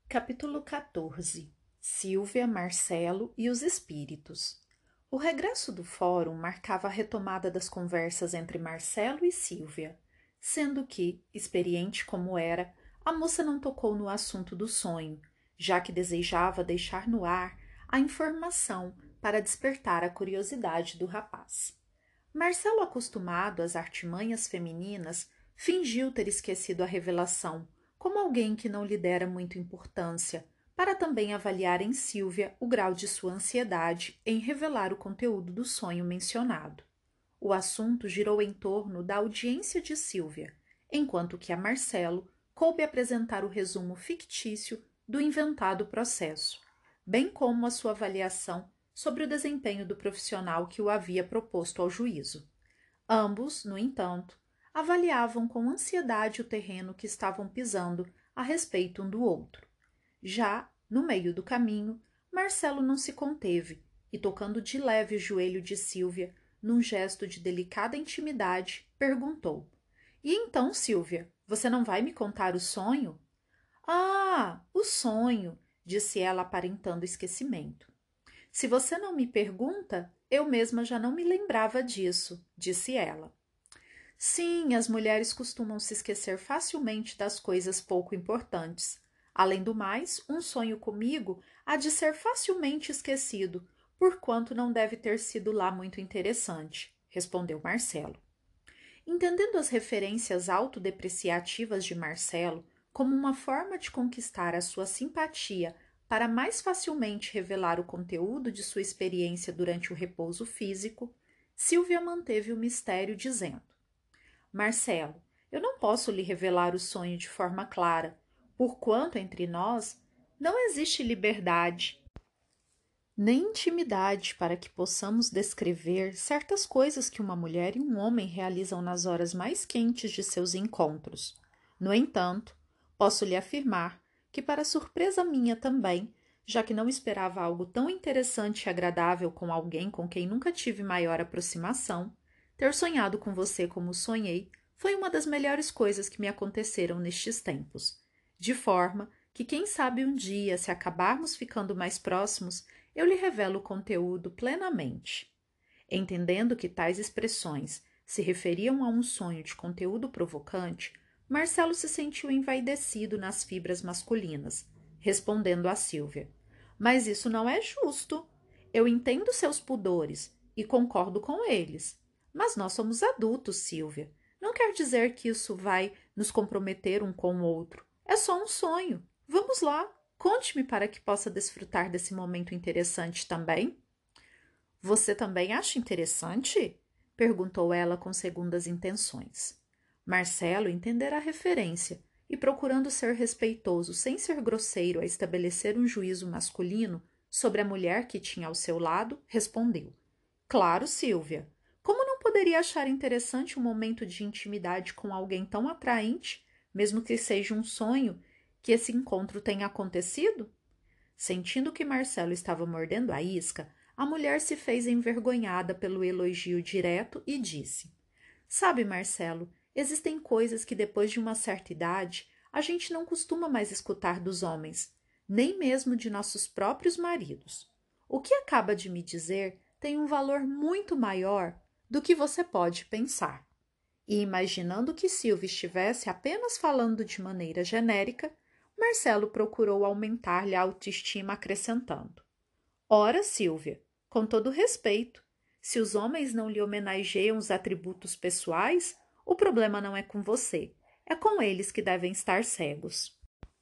Capítulo 14. Sílvia, Marcelo e os espíritos. O regresso do fórum marcava a retomada das conversas entre Marcelo e Sílvia, sendo que, experiente como era, a moça não tocou no assunto do sonho, já que desejava deixar no ar a informação para despertar a curiosidade do rapaz. Marcelo, acostumado às artimanhas femininas, fingiu ter esquecido a revelação, como alguém que não lhe dera muita importância, para também avaliar em Sílvia o grau de sua ansiedade em revelar o conteúdo do sonho mencionado. O assunto girou em torno da audiência de Sílvia, enquanto que a Marcelo coube apresentar o resumo fictício do inventado processo, bem como a sua avaliação sobre o desempenho do profissional que o havia proposto ao juízo. Ambos, no entanto, avaliavam com ansiedade o terreno que estavam pisando a respeito um do outro. Já, no meio do caminho, Marcelo não se conteve e, tocando de leve o joelho de Sílvia, num gesto de delicada intimidade, perguntou: E então, Sílvia, você não vai me contar o sonho? Ah, o sonho, disse ela aparentando esquecimento. Se você não me pergunta, eu mesma já não me lembrava disso, disse ela. Sim, as mulheres costumam se esquecer facilmente das coisas pouco importantes. Além do mais, um sonho comigo há de ser facilmente esquecido, porquanto não deve ter sido lá muito interessante, respondeu Marcelo. Entendendo as referências autodepreciativas de Marcelo como uma forma de conquistar a sua simpatia para mais facilmente revelar o conteúdo de sua experiência durante o repouso físico, Sílvia manteve o mistério, dizendo: Marcelo, eu não posso lhe revelar o sonho de forma clara, porquanto entre nós não existe liberdade nem intimidade para que possamos descrever certas coisas que uma mulher e um homem realizam nas horas mais quentes de seus encontros. No entanto, posso lhe afirmar que, para surpresa minha também, já que não esperava algo tão interessante e agradável com alguém com quem nunca tive maior aproximação, ter sonhado com você como sonhei foi uma das melhores coisas que me aconteceram nestes tempos. De forma que, quem sabe um dia, se acabarmos ficando mais próximos, eu lhe revelo o conteúdo plenamente. Entendendo que tais expressões se referiam a um sonho de conteúdo provocante, Marcelo se sentiu envaidecido nas fibras masculinas, respondendo a Sílvia: Mas isso não é justo. Eu entendo seus pudores e concordo com eles. Mas nós somos adultos, Sílvia. Não quer dizer que isso vai nos comprometer um com o outro. É só um sonho. Vamos lá. Conte-me para que possa desfrutar desse momento interessante também. Você também acha interessante? Perguntou ela com segundas intenções. Marcelo entendera a referência e, procurando ser respeitoso sem ser grosseiro a estabelecer um juízo masculino sobre a mulher que tinha ao seu lado, respondeu: Claro, Sílvia. Como não poderia achar interessante um momento de intimidade com alguém tão atraente, mesmo que seja um sonho, que esse encontro tenha acontecido? Sentindo que Marcelo estava mordendo a isca, a mulher se fez envergonhada pelo elogio direto e disse: Sabe, Marcelo, existem coisas que depois de uma certa idade a gente não costuma mais escutar dos homens, nem mesmo de nossos próprios maridos. O que acaba de me dizer tem um valor muito maior do que você pode pensar. E imaginando que Silvia estivesse apenas falando de maneira genérica, Marcelo procurou aumentar-lhe a autoestima acrescentando: Ora, Sílvia, com todo respeito, se os homens não lhe homenageiam os atributos pessoais, o problema não é com você, é com eles que devem estar cegos.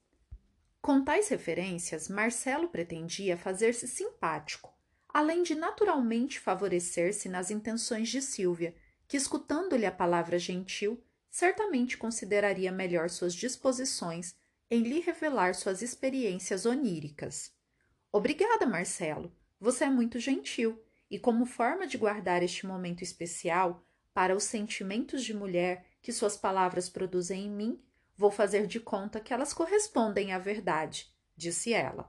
Com tais referências, Marcelo pretendia fazer-se simpático, além de naturalmente favorecer-se nas intenções de Sílvia, que, escutando-lhe a palavra gentil, certamente consideraria melhor suas disposições em lhe revelar suas experiências oníricas. Obrigada, Marcelo. Você é muito gentil, e como forma de guardar este momento especial para os sentimentos de mulher que suas palavras produzem em mim, vou fazer de conta que elas correspondem à verdade, disse ela.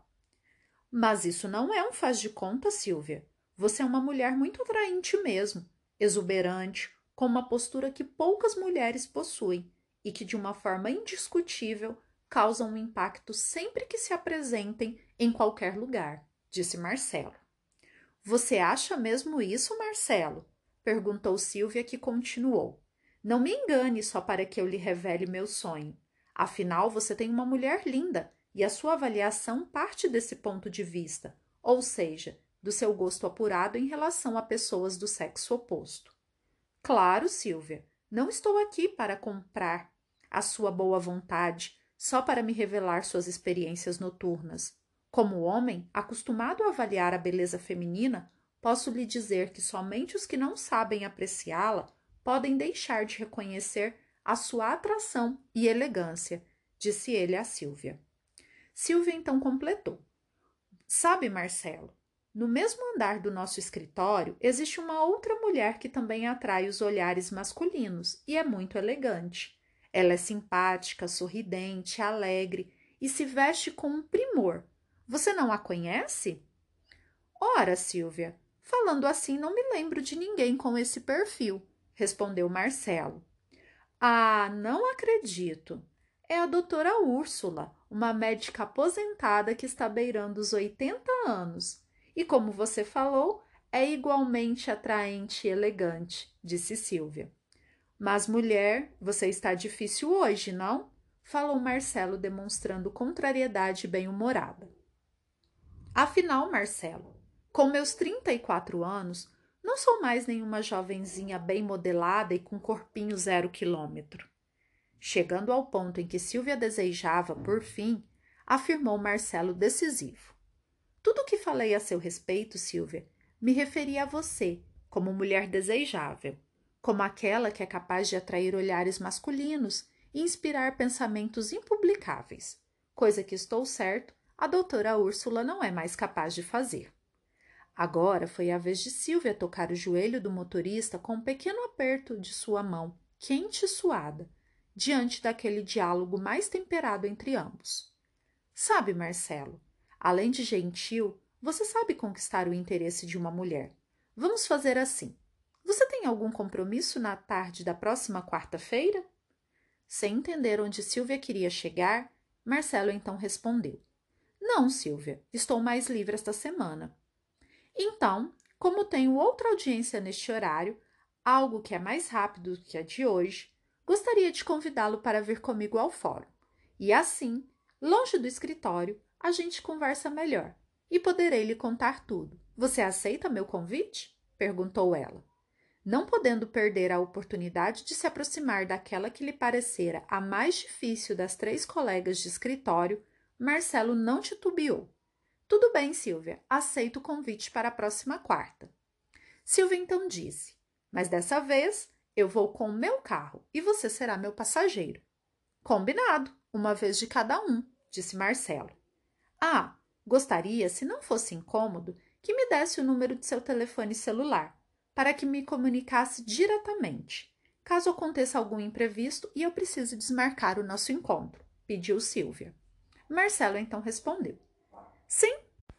Mas isso não é um faz de conta, Sílvia. Você é uma mulher muito atraente mesmo, exuberante, com uma postura que poucas mulheres possuem e que, de uma forma indiscutível, causam um impacto sempre que se apresentem em qualquer lugar, disse Marcelo. Você acha mesmo isso, Marcelo? Perguntou Silvia, que continuou. Não me engane só para que eu lhe revele meu sonho. Afinal, você tem uma mulher linda e a sua avaliação parte desse ponto de vista, ou seja, do seu gosto apurado em relação a pessoas do sexo oposto. Claro, Silvia, não estou aqui para comprar a sua boa vontade só para me revelar suas experiências noturnas. Como homem, acostumado a avaliar a beleza feminina, posso lhe dizer que somente os que não sabem apreciá-la podem deixar de reconhecer a sua atração e elegância, disse ele a Silvia. Silvia então completou. Sabe, Marcelo, no mesmo andar do nosso escritório existe uma outra mulher que também atrai os olhares masculinos e é muito elegante. Ela é simpática, sorridente, alegre e se veste com um primor. Você não a conhece? Ora, Silvia, falando assim não me lembro de ninguém com esse perfil, respondeu Marcelo. Ah, não acredito. É a doutora Úrsula, uma médica aposentada que está beirando os 80 anos. E como você falou, é igualmente atraente e elegante, disse Silvia. Mas, mulher, você está difícil hoje, não? Falou Marcelo, demonstrando contrariedade bem-humorada. Afinal, Marcelo, com meus 34 anos, não sou mais nenhuma jovenzinha bem modelada e com corpinho 0 km. Chegando ao ponto em que Silvia desejava, por fim, afirmou Marcelo decisivo. Tudo o que falei a seu respeito, Silvia, me referia a você, como mulher desejável, como aquela que é capaz de atrair olhares masculinos e inspirar pensamentos impublicáveis, coisa que estou certo, a doutora Úrsula não é mais capaz de fazer. Agora foi a vez de Silvia tocar o joelho do motorista com um pequeno aperto de sua mão, quente e suada, diante daquele diálogo mais temperado entre ambos. Sabe, Marcelo, além de gentil, você sabe conquistar o interesse de uma mulher. Vamos fazer assim. Você tem algum compromisso na tarde da próxima quarta-feira? Sem entender onde Silvia queria chegar, Marcelo então respondeu. Não, Silvia, estou mais livre esta semana. Então, como tenho outra audiência neste horário, algo que é mais rápido que a de hoje, gostaria de convidá-lo para vir comigo ao fórum. E assim, longe do escritório, a gente conversa melhor e poderei lhe contar tudo. Você aceita meu convite? Perguntou ela. Não podendo perder a oportunidade de se aproximar daquela que lhe parecera a mais difícil das 3 colegas de escritório, Marcelo não titubeou. Tudo bem, Silvia, aceito o convite para a próxima quarta. Silvia então disse, mas dessa vez eu vou com o meu carro e você será meu passageiro. Combinado, uma vez de cada um, disse Marcelo. Ah, gostaria, se não fosse incômodo, que me desse o número de seu telefone celular, para que me comunicasse diretamente, caso aconteça algum imprevisto e eu precise desmarcar o nosso encontro, pediu Silvia. Marcelo então respondeu. Sim.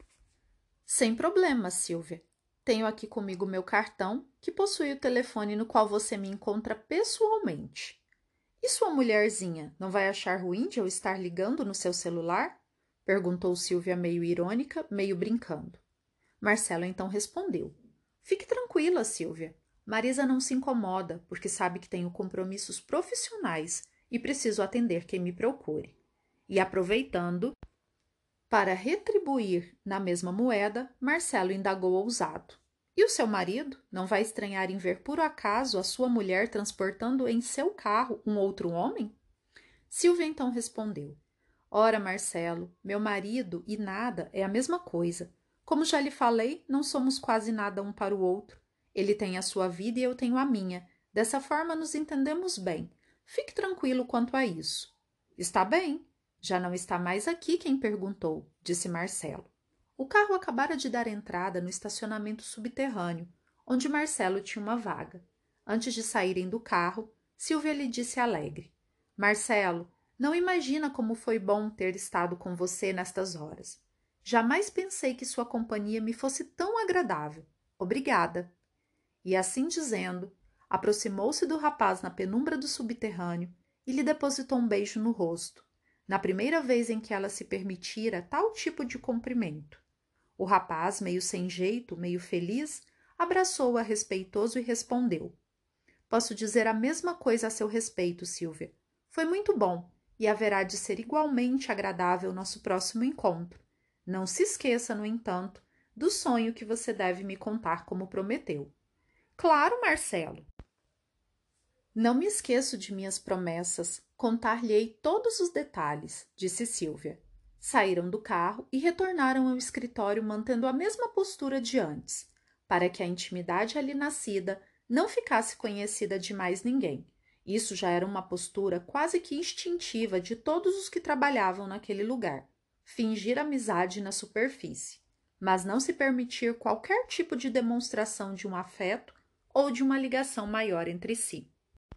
Sem problema, Silvia. Tenho aqui comigo meu cartão, que possui o telefone no qual você me encontra pessoalmente. E sua mulherzinha não vai achar ruim de eu estar ligando no seu celular? Perguntou Silvia meio irônica, meio brincando. Marcelo então respondeu. Fique tranquila, Silvia. Marisa não se incomoda, porque sabe que tenho compromissos profissionais e preciso atender quem me procure. E aproveitando, para retribuir na mesma moeda, Marcelo indagou ousado. E o seu marido não vai estranhar em ver por acaso a sua mulher transportando em seu carro um outro homem? Silvia então respondeu. Ora, Marcelo, meu marido e nada é a mesma coisa. Como já lhe falei, não somos quase nada um para o outro. Ele tem a sua vida e eu tenho a minha. Dessa forma nos entendemos bem. Fique tranquilo quanto a isso. Está bem. Já não está mais aqui quem perguntou, disse Marcelo. O carro acabara de dar entrada no estacionamento subterrâneo, onde Marcelo tinha uma vaga. Antes de saírem do carro, Silvia lhe disse alegre. Marcelo, não imagina como foi bom ter estado com você nestas horas. Jamais pensei que sua companhia me fosse tão agradável. Obrigada. E assim dizendo, aproximou-se do rapaz na penumbra do subterrâneo e lhe depositou um beijo no rosto. na primeira vez em que ela se permitira tal tipo de cumprimento. O rapaz, meio sem jeito, meio feliz, abraçou-a respeitoso e respondeu: Posso dizer a mesma coisa a seu respeito, Silvia. Foi muito bom e haverá de ser igualmente agradável nosso próximo encontro. Não se esqueça, no entanto, do sonho que você deve me contar como prometeu. Claro, Marcelo. Não me esqueço de minhas promessas. Contar-lhe-ei todos os detalhes, disse Silvia. Saíram do carro e retornaram ao escritório mantendo a mesma postura de antes, para que a intimidade ali nascida não ficasse conhecida de mais ninguém. Isso já era uma postura quase que instintiva de todos os que trabalhavam naquele lugar. Fingir amizade na superfície, mas não se permitir qualquer tipo de demonstração de um afeto ou de uma ligação maior entre si.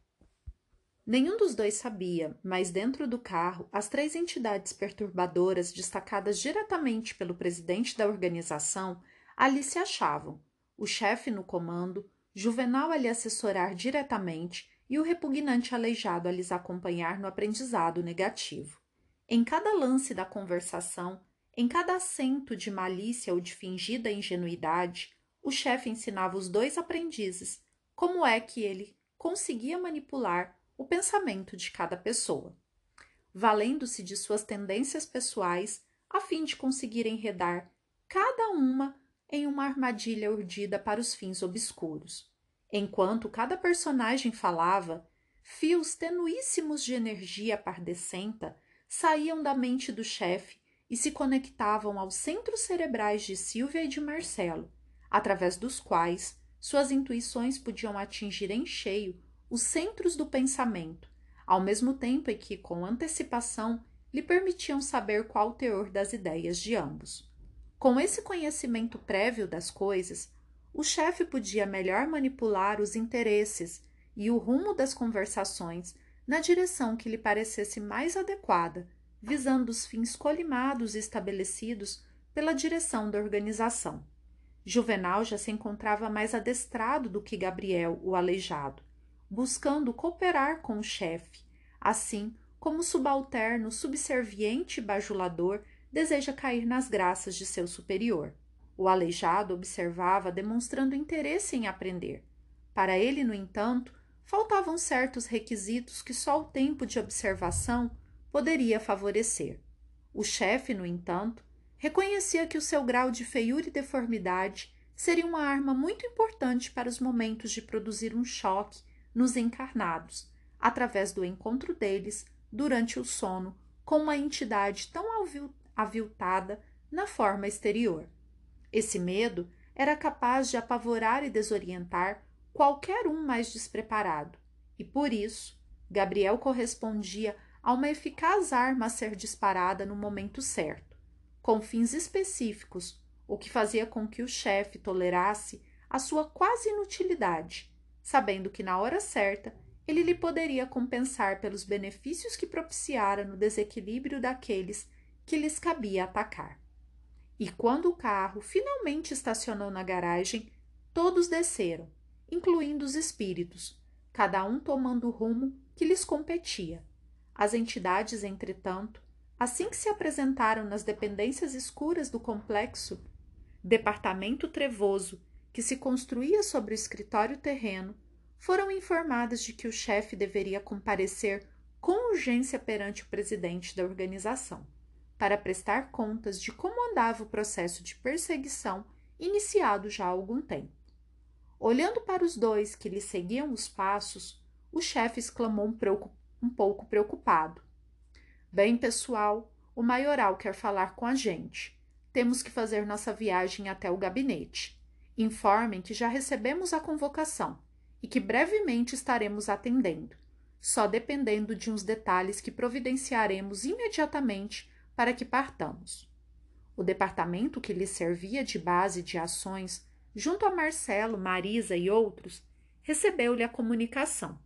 Nenhum dos dois sabia, mas dentro do carro, as três entidades perturbadoras destacadas diretamente pelo presidente da organização ali se achavam: o chefe no comando, Juvenal a lhe assessorar diretamente e o repugnante aleijado a lhes acompanhar no aprendizado negativo. Em cada lance da conversação, em cada acento de malícia ou de fingida ingenuidade, o chefe ensinava os dois aprendizes como é que ele conseguia manipular o pensamento de cada pessoa, valendo-se de suas tendências pessoais a fim de conseguir enredar cada uma em uma armadilha urdida para os fins obscuros. Enquanto cada personagem falava, fios tenuíssimos de energia pardecenta saíam da mente do chefe e se conectavam aos centros cerebrais de Silvia e de Marcelo, através dos quais suas intuições podiam atingir em cheio os centros do pensamento, ao mesmo tempo em que, com antecipação, lhe permitiam saber qual o teor das ideias de ambos. Com esse conhecimento prévio das coisas, o chefe podia melhor manipular os interesses e o rumo das conversações na direção que lhe parecesse mais adequada, visando os fins colimados e estabelecidos pela direção da organização. Juvenal já se encontrava mais adestrado do que Gabriel, o aleijado, buscando cooperar com o chefe, assim como o subalterno, subserviente e bajulador deseja cair nas graças de seu superior. O aleijado observava, demonstrando interesse em aprender. Para ele, no entanto, faltavam certos requisitos que só o tempo de observação poderia favorecer. O chefe, no entanto, reconhecia que o seu grau de feiura e deformidade seria uma arma muito importante para os momentos de produzir um choque nos encarnados, através do encontro deles durante o sono com uma entidade tão aviltada na forma exterior. Esse medo era capaz de apavorar e desorientar qualquer um mais despreparado, e por isso Gabriel correspondia a uma eficaz arma a ser disparada no momento certo, com fins específicos, o que fazia com que o chefe tolerasse a sua quase inutilidade, sabendo que na hora certa ele lhe poderia compensar pelos benefícios que propiciara no desequilíbrio daqueles que lhes cabia atacar. E quando o carro finalmente estacionou na garagem, todos desceram, incluindo os espíritos, cada um tomando o rumo que lhes competia. As entidades, entretanto, assim que se apresentaram nas dependências escuras do complexo departamento trevoso que se construía sobre o escritório terreno, foram informadas de que o chefe deveria comparecer com urgência perante o presidente da organização, para prestar contas de como andava o processo de perseguição iniciado já há algum tempo. Olhando para os dois que lhe seguiam os passos, o chefe exclamou um pouco preocupado: Bem, pessoal, o maioral quer falar com a gente. Temos que fazer nossa viagem até o gabinete. Informem que já recebemos a convocação e que brevemente estaremos atendendo, só dependendo de uns detalhes que providenciaremos imediatamente para que partamos. O departamento que lhe servia de base de ações, junto a Marcelo, Marisa e outros, recebeu-lhe a comunicação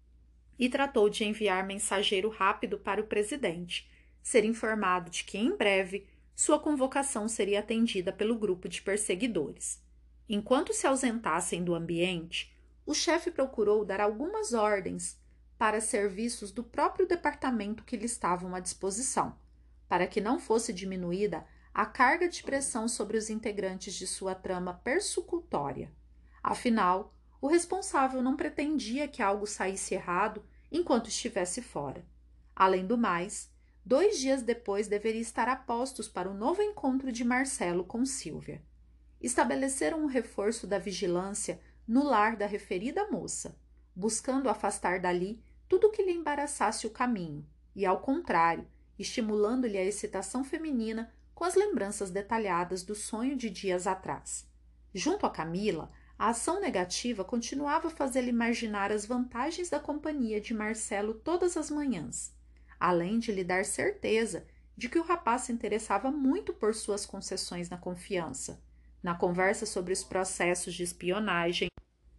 e tratou de enviar mensageiro rápido para o presidente, ser informado de que, em breve, sua convocação seria atendida pelo grupo de perseguidores. Enquanto se ausentassem do ambiente, o chefe procurou dar algumas ordens para serviços do próprio departamento que lhe estavam à disposição, para que não fosse diminuída a carga de pressão sobre os integrantes de sua trama persecutória. Afinal, o responsável não pretendia que algo saísse errado enquanto estivesse fora. Além do mais, 2 dias depois deveria estar a postos para o novo encontro de Marcelo com Sílvia. Estabeleceram um reforço da vigilância no lar da referida moça, buscando afastar dali tudo que lhe embaraçasse o caminho e, ao contrário, estimulando-lhe a excitação feminina com as lembranças detalhadas do sonho de dias atrás. Junto a Camila, a ação negativa continuava a fazê-la imaginar as vantagens da companhia de Marcelo todas as manhãs, além de lhe dar certeza de que o rapaz se interessava muito por suas concessões na confiança, na conversa sobre os processos de espionagem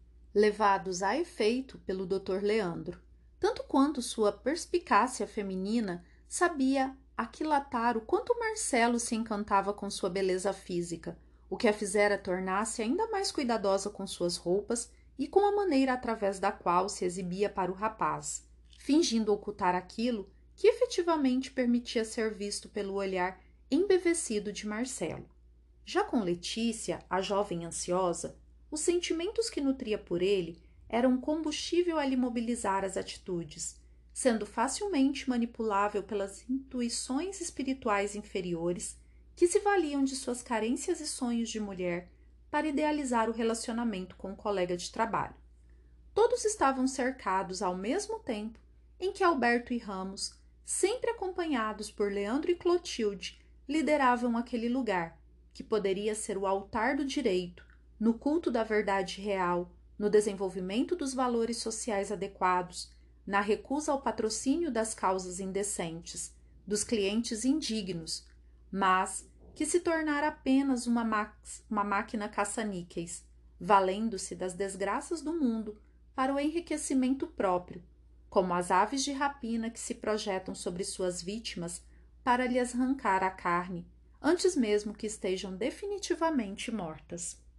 levados a efeito pelo Dr. Leandro, tanto quanto sua perspicácia feminina sabia aquilatar o quanto Marcelo se encantava com sua beleza física, o que a fizera tornar-se ainda mais cuidadosa com suas roupas e com a maneira através da qual se exibia para o rapaz, fingindo ocultar aquilo que efetivamente permitia ser visto pelo olhar embevecido de Marcelo. Já com Letícia, a jovem ansiosa, os sentimentos que nutria por ele eram combustível a lhe mobilizar as atitudes, sendo facilmente manipulável pelas intuições espirituais inferiores que se valiam de suas carências e sonhos de mulher para idealizar o relacionamento com o colega de trabalho. Todos estavam cercados ao mesmo tempo em que Alberto e Ramos, sempre acompanhados por Leandro e Clotilde, lideravam aquele lugar, que poderia ser o altar do direito, no culto da verdade real, no desenvolvimento dos valores sociais adequados, na recusa ao patrocínio das causas indecentes, dos clientes indignos, mas que se tornara apenas uma máquina caça-níqueis, valendo-se das desgraças do mundo para o enriquecimento próprio, como as aves de rapina que se projetam sobre suas vítimas para lhes arrancar a carne, antes mesmo que estejam definitivamente mortas.